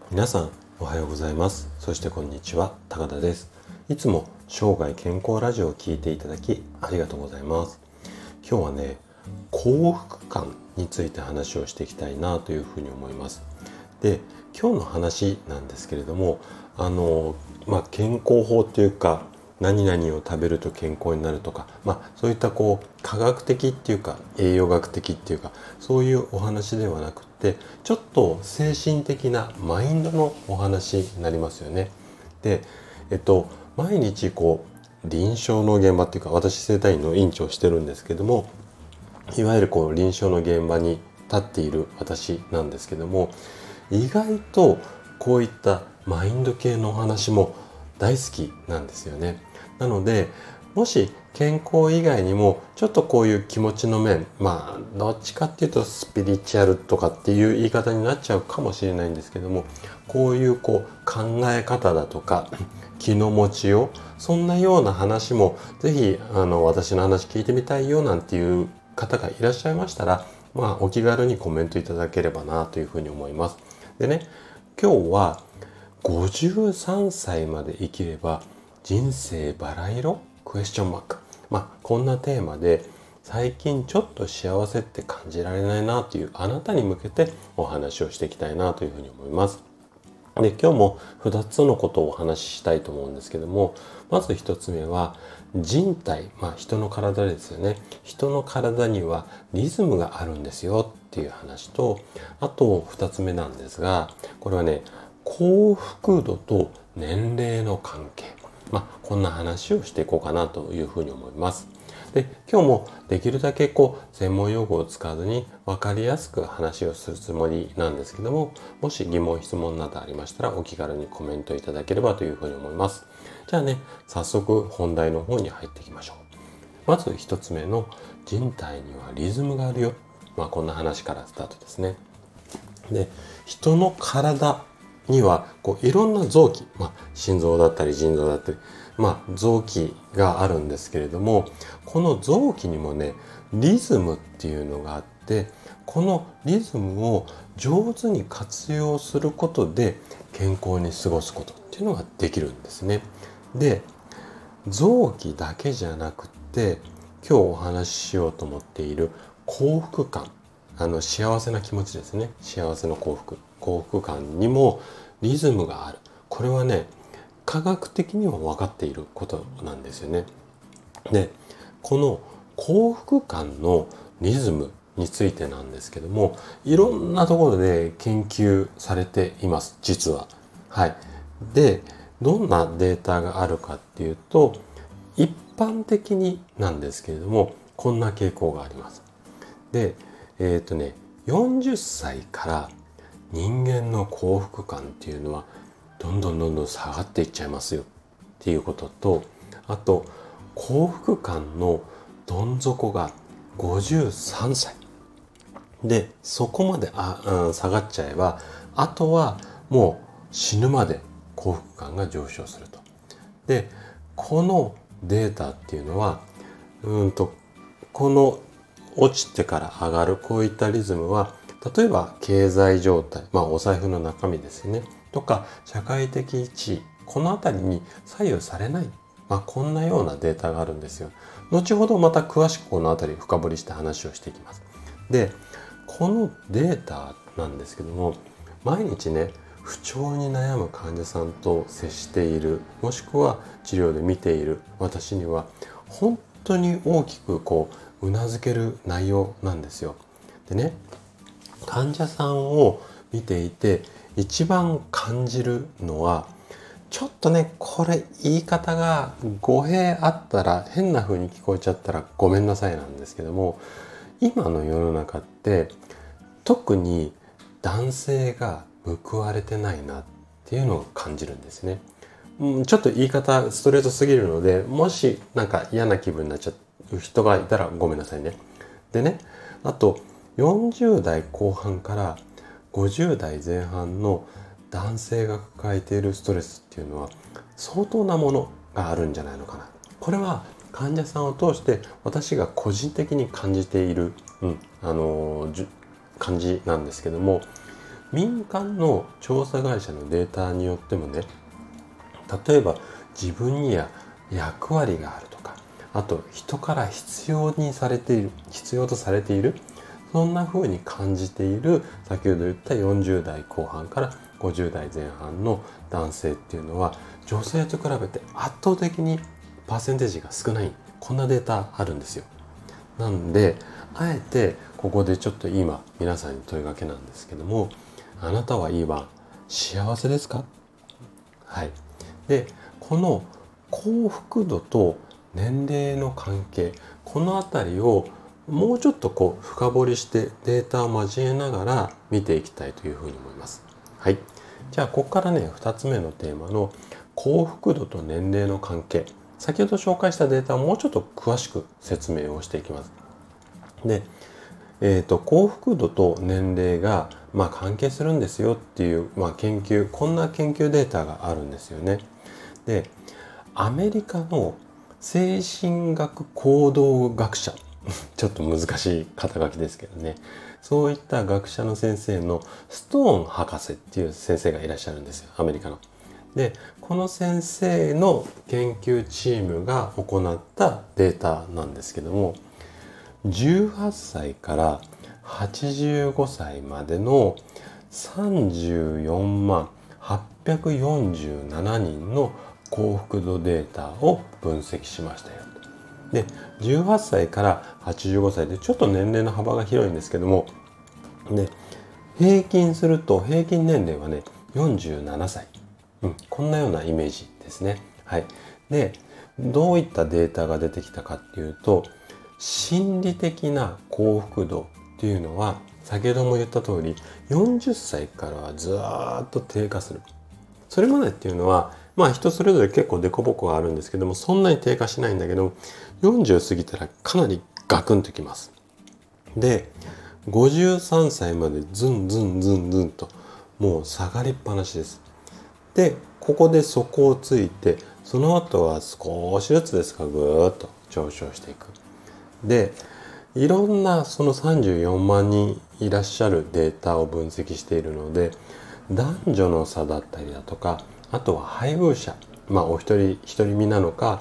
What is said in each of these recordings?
皆さんおはようございます。そしてこんにちは、高田です。いつも生涯健康ラジオを聞いていただきありがとうございます。今日はね、幸福感について話をしていきたいなというふうに思います。で、今日の話なんですけれども、健康法というか、何々を食べると健康になるとか、そういった科学的っていうか栄養学的っていうか、そういうお話ではなくて、ちょっと精神的なマインドのお話になりますよね。で、毎日臨床の現場っていうか、私整体院の院長をしてるんですけども、いわゆる臨床の現場に立っている私なんですけども、意外とこういったマインド系のお話も大好きなんですよね。なので、もし健康以外にもちょっとこういう気持ちの面、どっちかっていうとスピリチュアルとかっていう言い方になっちゃうかもしれないんですけども、こういう考え方だとか気の持ちよう、そんなような話もぜひ私の話聞いてみたいよなんていう方がいらっしゃいましたら、お気軽にコメントいただければなというふうに思います。でね、今日は53歳まで生きれば人生バラ色クエスチョンマーク。こんなテーマで、最近ちょっと幸せって感じられないなというあなたに向けてお話をしていきたいなというふうに思います。で、今日も2つのことをお話ししたいと思うんですけども、まず1つ目は人体、人の体ですよね。人の体にはリズムがあるんですよっていう話と、あと2つ目なんですが、これはね、幸福度と年齢の関係。こんな話をしていこうかなというふうに思います。で、今日もできるだけ専門用語を使わずに分かりやすく話をするつもりなんですけども、もし疑問質問などありましたらお気軽にコメントいただければというふうに思います。じゃあね、早速本題の方に入っていきましょう。まず一つ目の人体にはリズムがあるよ。こんな話からスタートですね。で、人の体にはいろんな臓器、心臓だったり腎臓だったり、臓器があるんですけれども、この臓器にもね、リズムっていうのがあって、このリズムを上手に活用することで健康に過ごすことっていうのができるんですね。で、臓器だけじゃなくて、今日お話ししようと思っている幸福感、幸せな気持ちですね。幸せの幸福感にもリズムがある。これはね、科学的には分かっていることなんですよね。で、この幸福感のリズムについてなんですけども、いろんなところで研究されています、実は。はい。で、どんなデータがあるかっていうと、一般的になんですけれども、こんな傾向があります。で、40歳から人間の幸福感っていうのはどんどん下がっていっちゃいますよっていうことと、あと幸福感のどん底が53歳で、そこまで下がっちゃえば、あとはもう死ぬまで幸福感が上昇すると。で、このデータっていうのはこの落ちてから上がるこういったリズムは、例えば経済状態、お財布の中身ですねとか社会的地位、このあたりに左右されない、こんなようなデータがあるんですよ。後ほどまた詳しくこのあたり深掘りして話をしていきます。で、このデータなんですけども、毎日ね、不調に悩む患者さんと接している、もしくは治療で見ている私には本当に大きくうなずける内容なんですよ。でね、患者さんを見ていて一番感じるのは、ちょっとね、これ言い方が語弊あったら、変な風に聞こえちゃったらごめんなさいなんですけども、今の世の中って特に男性が報われてないなっていうのを感じるんですね。ちょっと言い方ストレートすぎるので、もし嫌な気分になっちゃう人がいたらごめんなさいね。でね、あと40代後半から50代前半の男性が抱えているストレスっていうのは相当なものがあるんじゃないのかな。これは患者さんを通して私が個人的に感じている、感じなんですけども、 民間の調査会社のデータによってもね、例えば自分には役割があるとか、あと人から必要とされている、そんな風に感じている、先ほど言った40代後半から50代前半の男性っていうのは、女性と比べて圧倒的にパーセンテージが少ない、こんなデータあるんですよ。なんであえてここでちょっと今皆さんに問いかけなんですけども、あなたは今幸せですか？はい。で、この幸福度と年齢の関係、このあたりをもうちょっと深掘りしてデータを交えながら見ていきたいというふうに思います。はい。じゃあここからね、2つ目のテーマの幸福度と年齢の関係、先ほど紹介したデータをもうちょっと詳しく説明をしていきます。で、幸福度と年齢が関係するんですよっていう、こんな研究データがあるんですよね。で、アメリカの精神学行動学者ちょっと難しい肩書きですけどね、そういった学者の先生のストーン博士っていう先生がいらっしゃるんですよ、アメリカの。で、この先生の研究チームが行ったデータなんですけども、18歳から85歳までの34万847人の幸福度データを分析しましたよ。で、18歳から85歳でちょっと年齢の幅が広いんですけども、で、平均年齢はね、47歳。こんなようなイメージですね。はい。で、どういったデータが出てきたかっていうと、心理的な幸福度っていうのは、先ほども言った通り、40歳からはずーっと低下する。それまでっていうのは、人それぞれ結構デコボコがあるんですけども、そんなに低下しないんだけど、40過ぎたらかなりガクンときます。で、53歳までズンズンズンズンともう下がりっぱなしです。で、ここで底をついて、その後は少しずつですがぐーっと上昇していく。で、いろんなその34万人いらっしゃるデータを分析しているので、男女の差だったりだとか、あとは配偶者、お一人一人身なのか、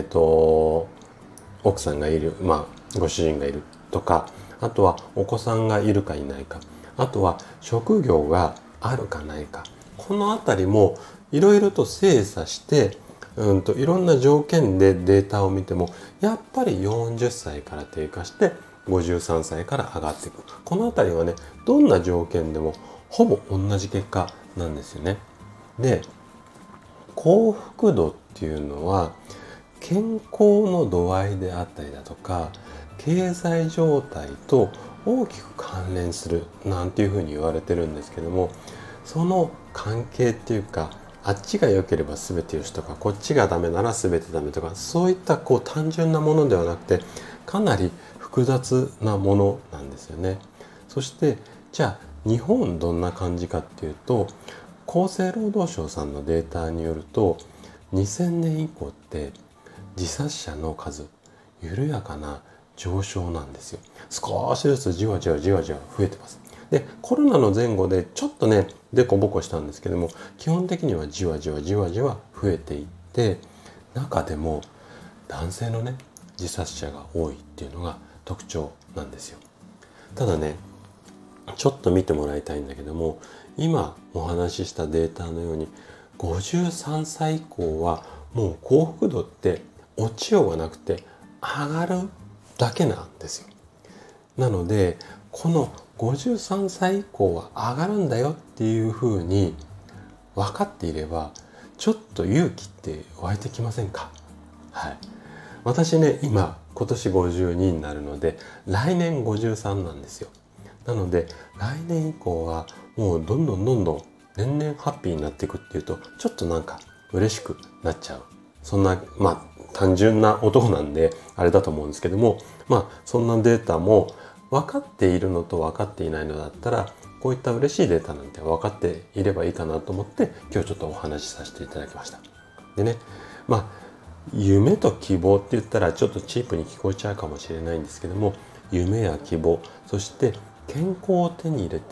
奥さんがいる、ご主人がいるとか、あとはお子さんがいるかいないか、あとは職業があるかないか、このあたりもいろいろと精査して、いろんな条件でデータを見ても、やっぱり40歳から低下して53歳から上がっていく。このあたりはね、どんな条件でもほぼ同じ結果なんですよね。で、幸福度っていうのは健康の度合いであったりだとか、経済状態と大きく関連するなんていうふうに言われてるんですけども、その関係っていうか、あっちが良ければ全てよしとか、こっちがダメなら全てダメとか、そういった単純なものではなくて、かなり複雑なものなんですよね。そしてじゃあ日本どんな感じかっていうと、厚生労働省さんのデータによると、2000年以降って自殺者の数、緩やかな上昇なんですよ。少しずつじわじわじわじわ増えてます。で、コロナの前後でちょっとね、デコボコしたんですけども、基本的にはじわじわじわじわ増えていって、中でも男性のね、自殺者が多いっていうのが特徴なんですよ。ただね、ちょっと見てもらいたいんだけども、今お話ししたデータのように、53歳以降はもう幸福度って落ちようがなくて上がるだけなんですよ。なので、この53歳以降は上がるんだよっていうふうに分かっていれば、ちょっと勇気って湧いてきませんか？はい。私ね、今年52になるので、来年53なんですよ。なので、来年以降はもうどんどん年々ハッピーになっていくっていうと、ちょっとなんか嬉しくなっちゃう。そんな、単純な男なんであれだと思うんですけども、そんなデータも分かっているのと分かっていないのだったら、こういった嬉しいデータなんて分かっていればいいかなと思って、今日ちょっとお話しさせていただきました。でね、夢と希望って言ったらちょっとチープに聞こえちゃうかもしれないんですけども、夢や希望、そして健康を手に入れて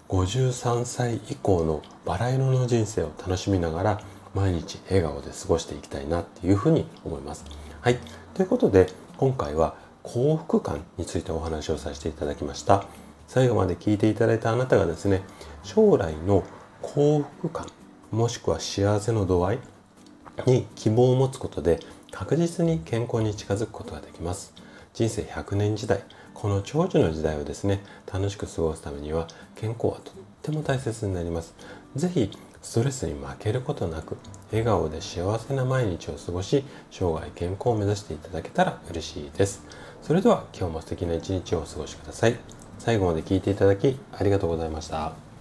53歳以降のバラ色の人生を楽しみながら毎日笑顔で過ごしていきたいなっていうふうに思います。はい。ということで今回は幸福感についてお話をさせていただきました。最後まで聞いていただいたあなたがですね、将来の幸福感もしくは幸せの度合いに希望を持つことで確実に健康に近づくことができます。人生100年時代、この長寿の時代をですね、楽しく過ごすためには健康はとっても大切になります。ぜひストレスに負けることなく笑顔で幸せな毎日を過ごし、生涯健康を目指していただけたら嬉しいです。それでは今日も素敵な一日をお過ごしください。最後まで聞いていただきありがとうございました。